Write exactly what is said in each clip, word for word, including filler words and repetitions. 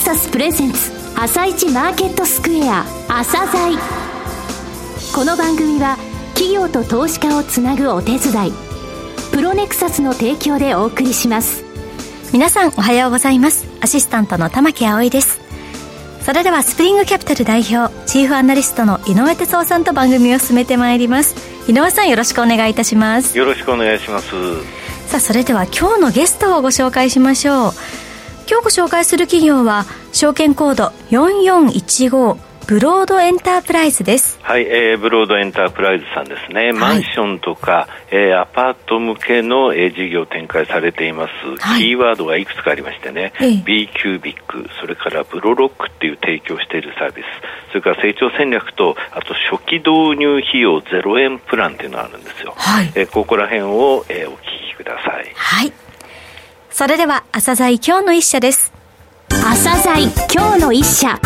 サスプレゼンツ朝一マーケットスクエア朝鮮。この番組は企業と投資家をつなぐお手伝いプロネクサスの提供でお送りします。 皆さんおはようございます。アシスタントの玉木葵です。それではスプリングキャピタル代表チーフアナリストの井上哲夫さんと番組を進めてまいります。井上さん、よろしくお願いいたします。 よろしくお願いします。 さあ、それでは今日のゲストをご紹介しましょう。今日ご紹介する企業は証券コードよんよんいちごブロードエンタープライズです。 はい、えー、ブロードエンタープライズさんですね。マンションとか、えー、アパート向けの、えー、事業を展開されています、はい、キーワードがいくつかありましてね、えー、B キュービック、それからブロロックっていう提供しているサービス、それから成長戦略と、あと初期導入費用ゼロえんプランっていうのがあるんですよ。はい、えー、ここら辺を、えー、お聞きください。 はい。それでは朝鮮今日の一社です。 朝鮮今日の一社。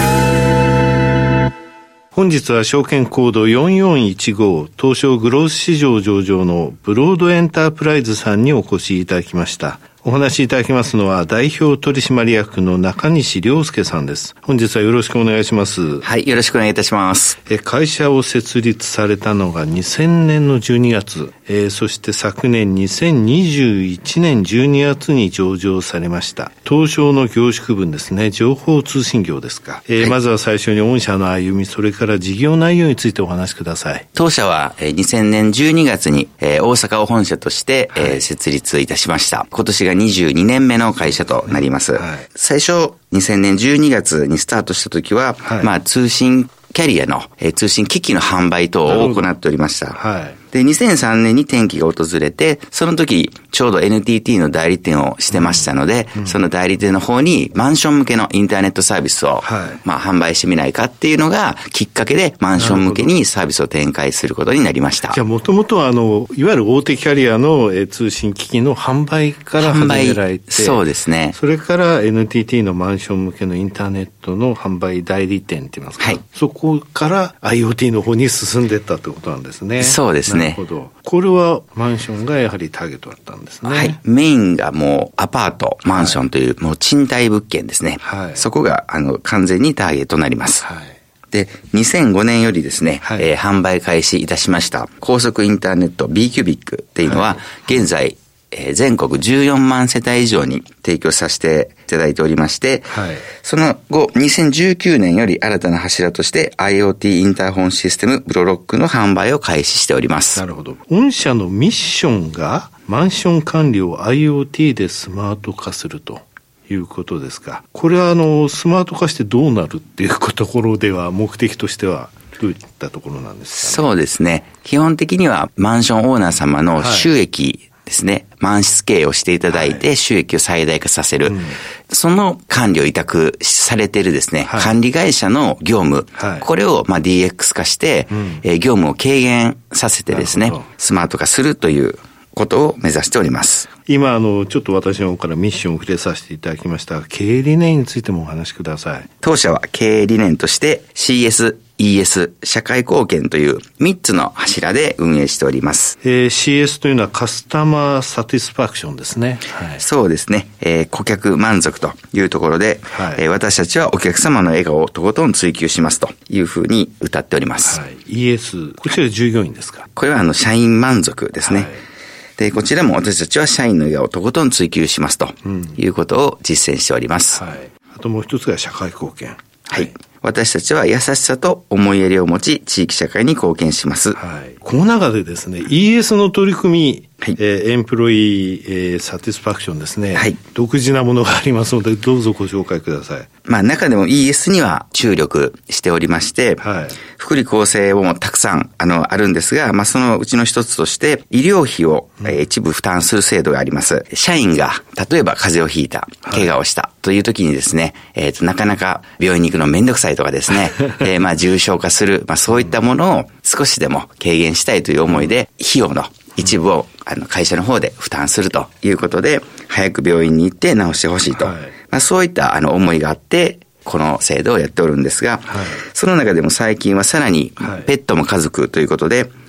本日は証券コードよんよんいちご東証グロース市場上場のブロードエンタープライズさんにお越しいただきました。お話しいただきますのは代表取締役の中西良介さんです。本日はよろしくお願いします。 はい、よろしくお願いいたします。 え会社を設立されたのがにせんねんのじゅうにがつ、えー、そして昨年にせんにじゅういちねんじゅうにがつに上場されました。東証の業種区分ですね、情報通信業ですか。えーはい、まずは最初に御社の歩み、それから事業内容についてお話しください。 当社はにせんねんじゅうにがつに大阪を本社として設立いたしました。今年がにじゅうにねんめの会社となります。はい、最初にせんねんじゅうにがつにスタートした時は、はい、まあ通信キャリアの、えー、通信機器の販売等を行っておりました。はい。で、にせんさんねんに転機が訪れて、その時、ちょうど エヌティーティー の代理店をしてましたので、うんうん、その代理店の方にマンション向けのインターネットサービスを、はい、まあ、販売してみないかっていうのがきっかけで、マンション向けにサービスを展開することになりました。 じゃあ、もともとは、あの、いわゆる大手キャリアの、えー、通信機器の販売から始められて、 そうですね。 それから エヌティーティー のマンション向けのインターネットの販売代理店って言いますか、はい、そこから IoT の方に進んでいったってことなんですね。 そうですね。 なるほど。これはマンションがやはりターゲットだったんですね。 はい。メインがもうアパート、マンションという、はい、もう賃貸物件ですね。はい。そこがあの完全にターゲットになります。はい。で、にせんごねんよりですね、はい、えー、販売開始いたしました高速インターネット B キュービックっていうのは、はい、現在、えー、全国じゅうよんまん世帯以上に提供させていただいておりまして、はい、その後にせんじゅうきゅうねんより新たな柱として IoT インターホンシステムブロロックの販売を開始しております。 なるほど。御社のミッションがマンション管理を IoT でスマート化するということですか。これはあのスマート化してどうなるっていうところでは目的としてはどういったところなんですかね。 そうですね。基本的にはマンションオーナー様の収益、はいですね。満室経営をしていただいて収益を最大化させる。はい、うん、その管理を委託されているですね、はい、管理会社の業務。はい、これをまあ ディーエックス 化して、うん、えー、業務を軽減させてですね、スマート化するということを目指しております。 今あのちょっと私の方からミッションを触れさせていただきました経営理念についてもお話しください。 当社は経営理念として シーエス、イーエス、社会貢献というみっつの柱で運営しております。 えー、シーエス というのはカスタマーサティスファクションですね。 はい、そうですね、えー。顧客満足というところで、はい、えー、私たちはお客様の笑顔をとことん追求しますというふうに歌っております。はい、 イーエス、こちら従業員ですか。 これはあの社員満足ですね。はい、でこちらも私たちは社員の笑顔をとことん追求しますということを実践しております。 うん、はい、あともう一つが社会貢献。 はい。私たちは優しさと思いやりを持ち、地域社会に貢献します。 はい。この中でですね、イーエス の取り組み、はい、えー、エンプロイ、えー、サティスファクションですね。はい。独自なものがありますので、どうぞご紹介ください。 まあ中でも イーエス には注力しておりまして、はい。福利厚生もたくさん、あの、あるんですが、まあそのうちの一つとして、医療費を、うん、えー、一部負担する制度があります。社員が、例えば風邪をひいた、怪我をした、はい、という時にですね、えっと、なかなか病院に行くのめんどくさいとかですね、えー、まあ重症化する、まあそういったものを少しでも軽減したいという思いで、費用の一部をあの会社の方で負担するということで、早く病院に行って治してほしいと、はい、まあそういったあの思いがあって、この制度をやっておるんですが、はい、その中でも最近はさらにペットも家族ということで、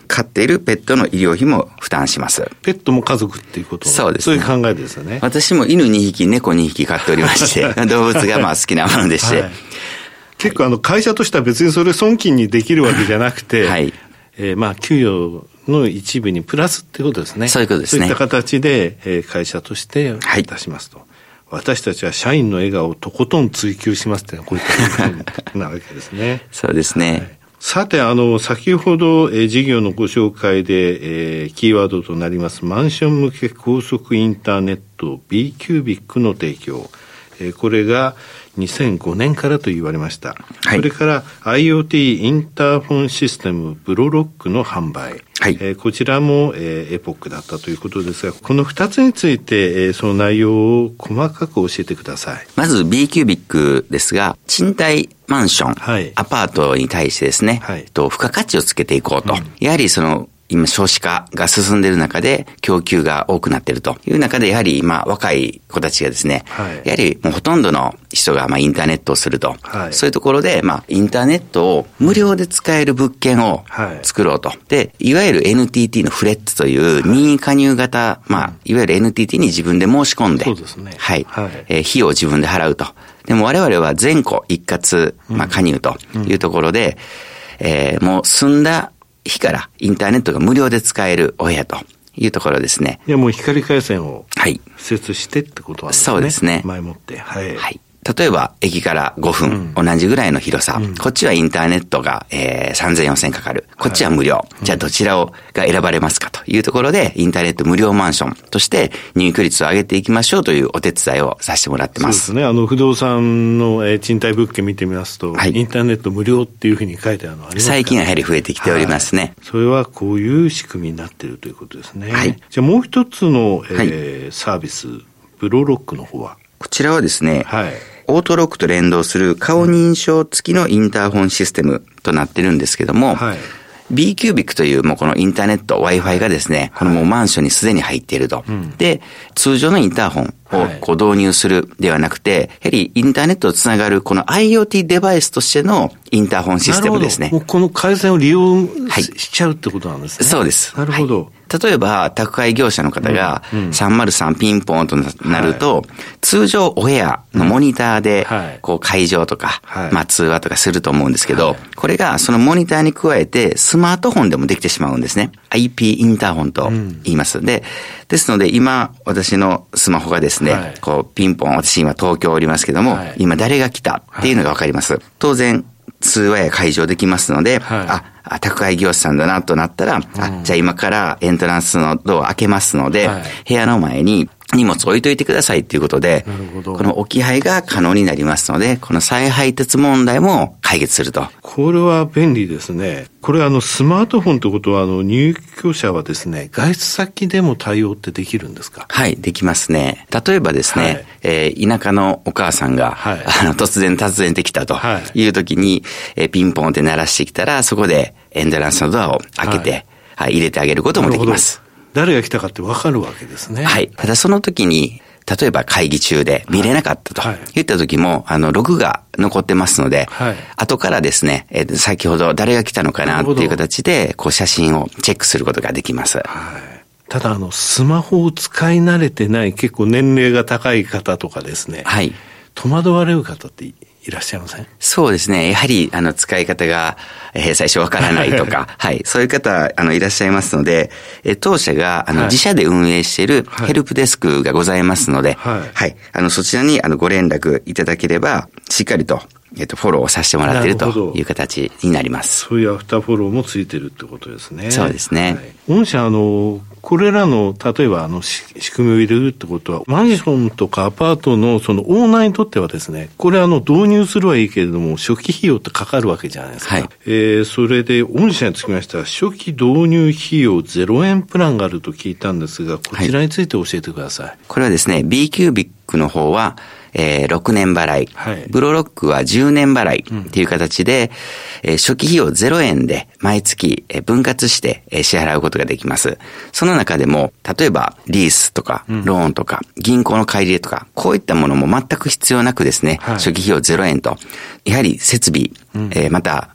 飼っているペットの医療費も負担します。 ペットも家族っていうこと、 そうですね。 そういう考えですよね。 私も犬にひき、猫にひき飼っておりまして、動物がまあ好きなものでして。はい、 結構あの会社としては別にそれ損金にできるわけじゃなくて、はい、えー、まあ給与の一部にプラスってことですね。 そういうことですね。 そういった形で、えー、会社としていたしますと。はい、私たちは社員の笑顔をとことん追求しますってこういったことなわけですね。 そうですね。はい、 さて、あの、先ほど、えー、事業のご紹介で、えー、キーワードとなりますマンション向け高速インターネット B キュービックの提供、えー、これがにせんごねんからと言われました。はい、それから IoT インターフォンシステムブロロックの販売。はい、えー、こちらも、えー、エポックだったということですが、このふたつについて、えー、その内容を細かく教えてください。 まず B キュービックですが、賃貸マンション、はい、アパートに対してですね、はい、と付加価値をつけていこうと。うん、やはりその今少子化が進んでいる中で供給が多くなっているという中で、やはり今若い子たちがですね、はい、やはりもうほとんどの人がまあインターネットをすると、はい、そういうところでまあインターネットを無料で使える物件を作ろうと、はい、でいわゆる エヌティーティー のフレッツという任意加入型、まあいわゆる エヌティーティー に自分で申し込んで、そうですね、はい、はい、えー、費用を自分で払うと。でも我々は全戸一括、まあ、加入というところで、うんうん、えー、もう住んだ日からインターネットが無料で使えるお部屋というところですね。 いや、もう光回線を設置してってことなんですね。 そうですね。 前もって。はい。はい。 例えば駅からごふん、うん、同じぐらいの広さ、うん、こっちはインターネットが、えー、さんぜんよんせんかかる、こっちは無料、はい、じゃあどちらをが選ばれますかというところで、インターネット無料マンションとして入居率を上げていきましょうというお手伝いをさせてもらってます。 そうですね。あの不動産の、えー、賃貸物件見てみますと、はい、インターネット無料っていうふうに書いてあるのありますか？ 最近はやはり増えてきておりますね。はい、 それはこういう仕組みになっているということですね。はい、じゃあもう一つの、えーはい、サービス、ブロロックの方は、 こちらはですね、はい、オートロックと連動する顔認証付きのインターホンシステムとなってるんですけども、はい、B キュービックというもうこのインターネット Wi-Fi がですね、このもうマンションにすでに入っていると、うん、で通常のインターホンをこう導入するではなくて、やはりインターネットとつながるこの IoT デバイスとしてのインターホンシステムですね。 もうこの回線を利用しちゃうってことなんですね。 そうです。 なるほど。はい、 例えば宅配業者の方がさんまるさんピンポンとなると、はい、通常お部屋のモニターでこう会場とか、はい、まあ通話とかすると思うんですけど、はい、これがそのモニターに加えてスマートフォンでもできてしまうんですね。アイピー インターホンと言います。うん、で、ですので今私のスマホがですね、はい、こうピンポン、私今東京おりますけども、はい、今誰が来たっていうのがわかります。はい、当然通話や会場できますので、はい、あ、あ宅配業者さんだなとなったら、うん、あ、じゃあ今からエントランスのドア開けますので、はい、部屋の前に荷物置いといてくださいっていうことで、この置き配が可能になりますので、この再配達問題も解決すると。 これは便利ですね。これあのスマートフォンということは、あの入居者はですね、外出先でも対応ってできるんですか？ はい、できますね。例えばですね、はい、えー、田舎のお母さんが、はい、あの突然訪ねてきたという時に、はい、えー、ピンポンって鳴らしてきたら、そこでエントランスのドアを開けて、はいはい、入れてあげることもできます。 誰が来たかって分かるわけですね。 はい。ただその時に、例えば会議中で見れなかったと言った時も、はいはい、あの、ログが残ってますので、はい、後からですね、えー、先ほど誰が来たのかなっていう形で、こう写真をチェックすることができます。はい。 ただ、あの、スマホを使い慣れてない結構年齢が高い方とかですね。はい。戸惑われる方っていらっしゃいません？ そうですね。やはり、あの、使い方が、えー、最初わからないとか、はい。そういう方、あの、いらっしゃいますので、えー、当社が、あの、はい、自社で運営しているヘルプデスクがございますので、はい。はい。あの、そちらに、あの、ご連絡いただければ、しっかりと、えっと、フォローをさせてもらっているという形になります。 そういうアフターフォローもついてるってことですね。 そうですね。 はい、御社、あの、これらの、例えば、あの、仕組みを入れるってことは、マンションとかアパートの、その、オーナーにとってはですね、これ、あの、導入するはいいけれども、初期費用ってかかるわけじゃないですか。はい。えー、それで、御社につきましては、初期導入費用ゼロえんプランがあると聞いたんですが、こちらについて教えてください。はい、 これはですね、B キュービックの方は、えー、ろくねん払い、はい、ブロロックはじゅうねん払いっていう形で、うん、えー、初期費用ゼロえんで毎月、えー、分割して、えー、支払うことができます。その中でも、例えばリースとかローンとか、うん、銀行の借り入れとか、こういったものも全く必要なくですね、はい、初期費用ゼロえんと、やはり設備、うん、えー、また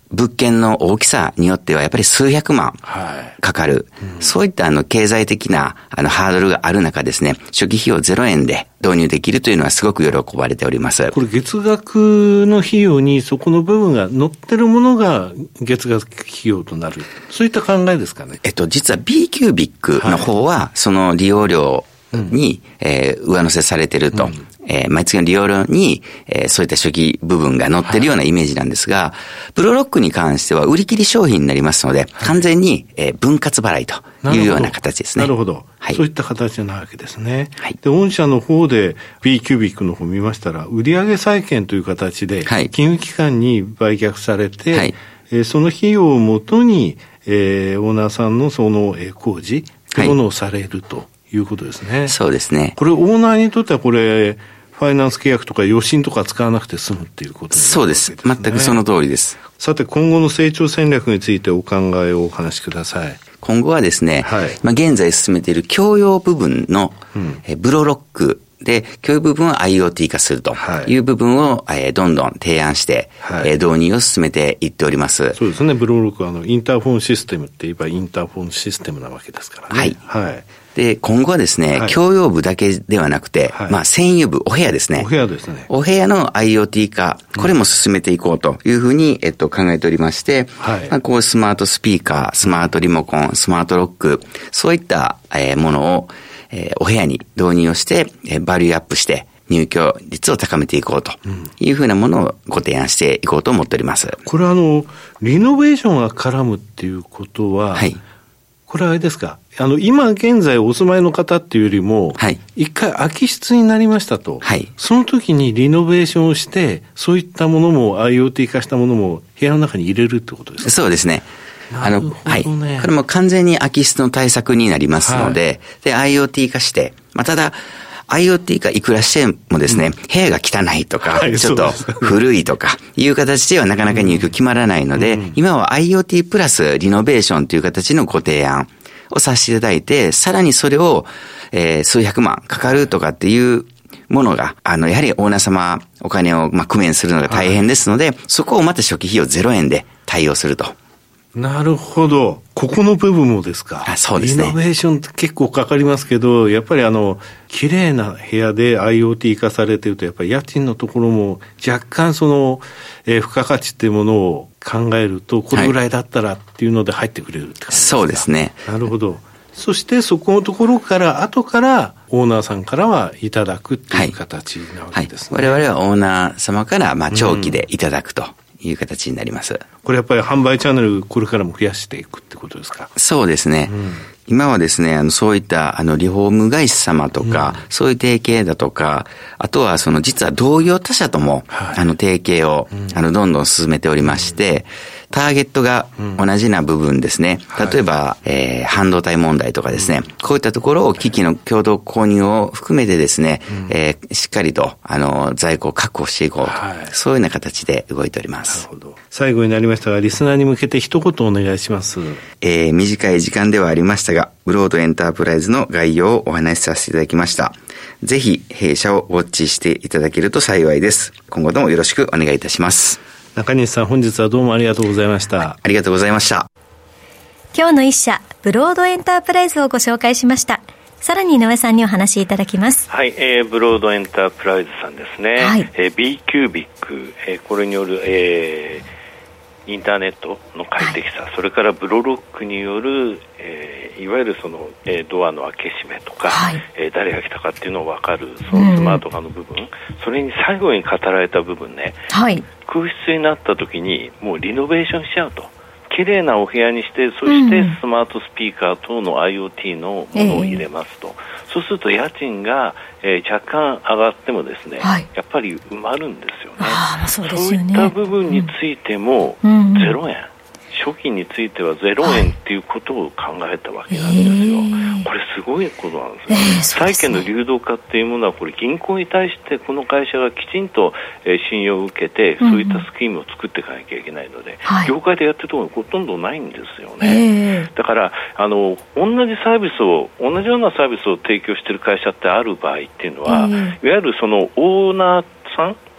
物件の大きさによってはやっぱり数百万かかる。はいうん、そういったあの経済的なあのハードルがある中ですね、初期費用ゼロえんで導入できるというのはすごく喜ばれております。 これ月額の費用にそこの部分が載ってるものが月額費用となる。そういった考えですかね。 えっと、実は B キュービックの方はその利用料に、うんえー、上乗せされてると。うんえー、毎月の利用料に、えー、そういった初期部分が載ってるようなイメージなんですが、はい、プロロックに関しては売り切り商品になりますので、はい、完全に、えー、分割払いというような形ですね。 なるほど。はい、そういった形なわけですね。はい、で、御社の方で B キュービックの方見ましたら、売上債券という形で、金融機関に売却されて、はいえー、その費用をもとに、えー、オーナーさんのその、えー、工事というものをされるということですね。 はい、そうですね。 これオーナーにとってはこれ、ファイナンス契約とか予診とか使わなくて済むっていうことですね。 そうです。全くその通りです。 さて、今後の成長戦略についてお考えをお話しください。 今後はですね、はい、まあ、現在進めている共用部分の、うん、えブロロックで、共用部分を アイオーティー 化するという部分を、はい、えー、どんどん提案して、はい、えー、導入を進めていっております。 そうですね。ブロロックはあのインターフォンシステムって言えばインターフォンシステムなわけですからね。 はい。 はい。 で、今後はですね、はい、共用部だけではなくて、はい、まあ、専有部、お部屋ですね。 お部屋ですね。 お部屋の アイオーティー 化、これも進めていこうというふうに、えっと、考えておりまして、はい、まあ、こう、スマートスピーカー、スマートリモコン、スマートロック、そういった、えー、ものを、えー、お部屋に導入をして、えー、バリューアップして、入居率を高めていこうというふうなものをご提案していこうと思っております。うん、 これはあの、リノベーションが絡むっていうことは、はい。これはあれですか、あの、今現在お住まいの方っていうよりも、はい。一回空き室になりましたと。はい。その時にリノベーションをして、そういったものも アイオーティー 化したものも部屋の中に入れるってことですか？ そうですね。 あの、はい。これも完全に空き室の対策になりますので、はい、で、アイオーティー 化して、まあ、ただ、アイオーティー がいくらしてもですね、うん、部屋が汚いとか、はい、ちょっと古いとかいう形ではなかなか入居決まらないので、うん、今は アイオーティー プラスリノベーションという形のご提案をさせていただいて、さらにそれを、えー、数百万かかるとかっていうものが、あの、やはりオーナー様お金をまあ工面するのが大変ですので、はい、そこをまた初期費用ゼロえんで対応すると。 なるほど。ここの部分もですか。 あ、そうですね。 リノベーションって結構かかりますけど、やっぱりあの、綺麗な部屋で アイオーティー 化されていると、やっぱり家賃のところも若干その、えー、付加価値っていうものを考えると、これぐらいだったらっていうので入ってくれるって感じですか。 そうですね。 なるほど。そしてそこのところから後からオーナーさんからはいただくっていう形なわけですね。 はいはい、我々はオーナー様からまあ長期でいただくという形になります。うん、 これやっぱり販売チャンネルこれからも増やしていくってことですか？ そうですね。うん、今はですね、あのそういったあのリフォーム会社様とか、うん、そういう提携だとか、あとはその実は同業他社とも、はい、あの提携を、うん、あのどんどん進めておりまして、うんターゲットが同じな部分ですね。うん、例えば、はい、えー、半導体問題とかですね、うん。こういったところを機器の共同購入を含めてですね、うん、えー、しっかりと、あの、在庫を確保していこうと、はい。そういうような形で動いております。 なるほど。最後になりましたが、リスナーに向けて一言お願いします。 えー、短い時間ではありましたが、ブロードエンタープライズの概要をお話しさせていただきました。ぜひ、弊社をウォッチしていただけると幸いです。今後ともよろしくお願いいたします。 中西さん、本日はどうもありがとうございました。 ありがとうございました。 今日の一社、ブロードエンタープライズをご紹介しました。さらに井上さんにお話しいただきます。 はい、えー、ブロードエンタープライズさんですね。はい、えー、B キュービック、えー、これによる、えー、インターネットの快適さ、はい、それからブロロックによる、えー、いわゆるその、えー、ドアの開け閉めとか、はい、えー、誰が来たかっていうのを分かるそのスマート化の部分、うん、それに最後に語られた部分ね、はい、空室になった時にもうリノベーションしちゃうと、綺麗なお部屋にして、そしてスマートスピーカー等の アイオーティー のものを入れますと、えー、そうすると家賃が、えー、若干上がってもですね、はい、やっぱり埋まるんですよね。 あ、そうですよね。 そういった部分についてもゼロえん、うんうん、初期についてはゼロえんっていうことを考えたわけなんですよ。えー、これすごいことなんですよ、ね。えー、債券の流動化っていうものはこれ銀行に対してこの会社がきちんと、えー、信用を受けてそういったスキームを作っていかなきゃいけないので、うんうん、業界でやってるところほとんどないんですよね。えー、だからあの同じサービスを同じようなサービスを提供している会社ってある場合っていうのは、えー、いわゆるそのオーナーさんマ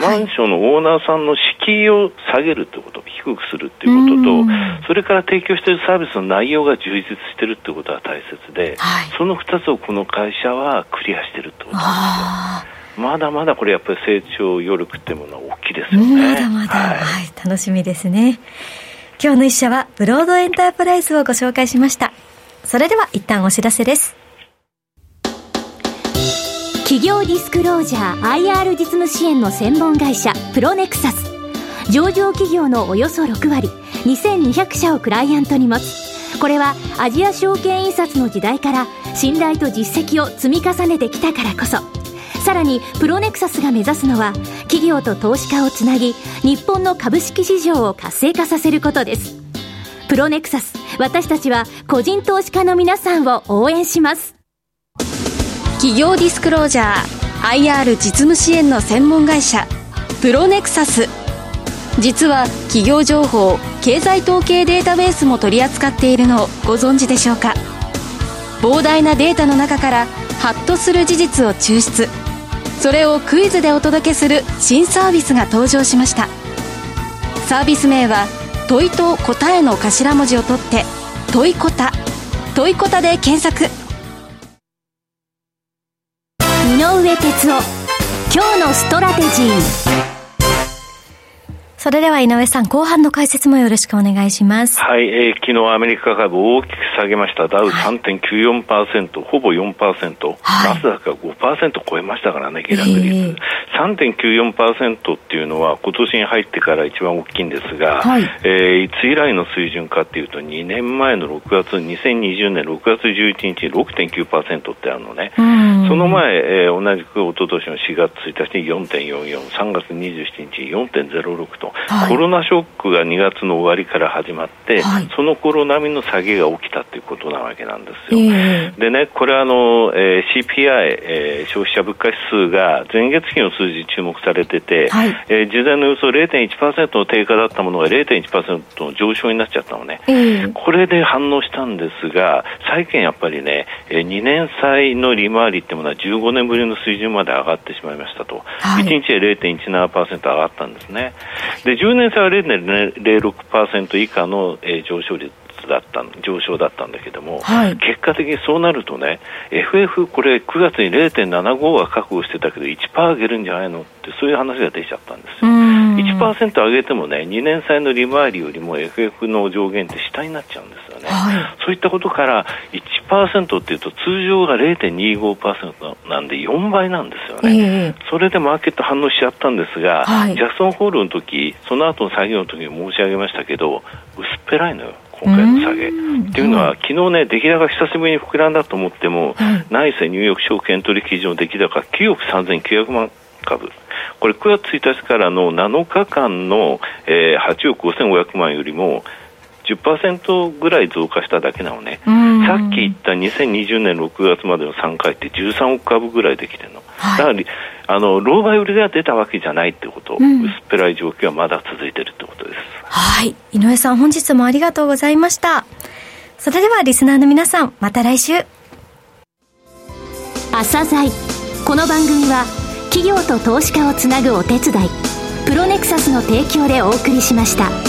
マンションのオーナーさんの敷居を下げるということ、低くするということと、それから提供しているサービスの内容が充実しているということが大切で、はい、そのふたつをこの会社はクリアしているということなんですよ。まだまだこれやっぱり成長余力っていうものは大きいですよね。 まだまだ、はいはい、楽しみですね。今日の一社はブロードエンタープライズをご紹介しました。それでは一旦お知らせです。 企業ディスクロージャー アイアール 実務支援の専門会社プロネクサス、上場企業のおよそろくわりにせんにひゃくしゃをクライアントに持つ。これはアジア証券印刷の時代から信頼と実績を積み重ねてきたからこそ。さらにプロネクサスが目指すのは企業と投資家をつなぎ、日本の株式市場を活性化させることです。プロネクサス、私たちは個人投資家の皆さんを応援します。 企業ディスクロージャー アイアール 実務支援の専門会社プロネクサス。実は企業情報、経済統計データベースも取り扱っているのをご存知でしょうか。膨大なデータの中からハッとする事実を抽出、それをクイズでお届けする新サービスが登場しました。サービス名は問いと答えの頭文字を取って問いこた。問いこたで検索。 井上哲夫、今日のストラテジー。 それでは井上さん、後半の解説もよろしくお願いします。 はい、えー、昨日アメリカ株大きく下げました。ダウ さんてんきゅうよんパーセント、はい、ほぼ よんパーセント、はい、ナスダックが ごパーセント 超えましたからね、下落率、えー、さんてんきゅうよんパーセント っていうのは今年に入ってから一番大きいんですが、はい、えー、いつ以来の水準かっていうとにねんまえのろくがつ、にせんにじゅうねんろくがつじゅういちにち ろくてんきゅうパーセント ってあるのね。その前、えー、同じく一昨年のしがつついたちに よんてんよんよん、さんがつにじゅうしちにち よんてんぜろろく と、はい、コロナショックがにがつの終わりから始まって、はい、その頃並みの下げが起きたということなわけなんですよ。えー、でね、これはあの、えー、シーピーアイ、えー、消費者物価指数が前月期の数字注目されてて、はい、えー、事前の予想 れいてんいちパーセント の低下だったものが れいてんいちパーセント の上昇になっちゃったのね。えー、これで反応したんですが、債券やっぱりね、にねん債の利回りってものはじゅうごねんぶりの水準まで上がってしまいましたと。はい、いちにちで れいてんいちななパーセント 上がったんですね。で、じゅうねん債は れいてんぜろろくパーセント 以下の、えー、上昇率だった上昇だったんだけども、はい、結果的にそうなるとね、 エフエフ これくがつに れいてんななご は確保してたけど いちパーセント 上げるんじゃないのって、そういう話が出ちゃったんですよ。 いちパーセント 上げてもね、にねん債の利回りよりも エフエフ の上限って下になっちゃうんですよね。はい、そういったことから いちパーセント っていうと通常が れいてんにごパーセント なんでよんばいなんですよね。えー、それでマーケット反応しちゃったんですが、はい、ジャクソンホールの時、その後の作業の時に申し上げましたけど、薄っぺらいのよ今回の下げっていうのは、昨日ね、出来高久しぶりに膨らんだと思っても、はい、内政ニューヨーク証券取引所の出来高きゅうおくさんぜんきゅうひゃくまんかぶ、これくがつついたちからのなのかかんの、えー、はちおくごせんごひゃくまんよりも じゅっパーセント ぐらい増加しただけなのね。さっき言ったにせんにじゅうねんろくがつまでのさんかいってじゅうさんおくかぶぐらいできてるの。はい、だからあの狼狽売りが出たわけじゃないってこと、うん、薄っぺらい状況はまだ続いてるってことです。 はい、井上さん、本日もありがとうございました。それではリスナーの皆さん、また来週。 朝鮮、この番組は企業と投資家をつなぐお手伝い、プロネクサスの提供でお送りしました。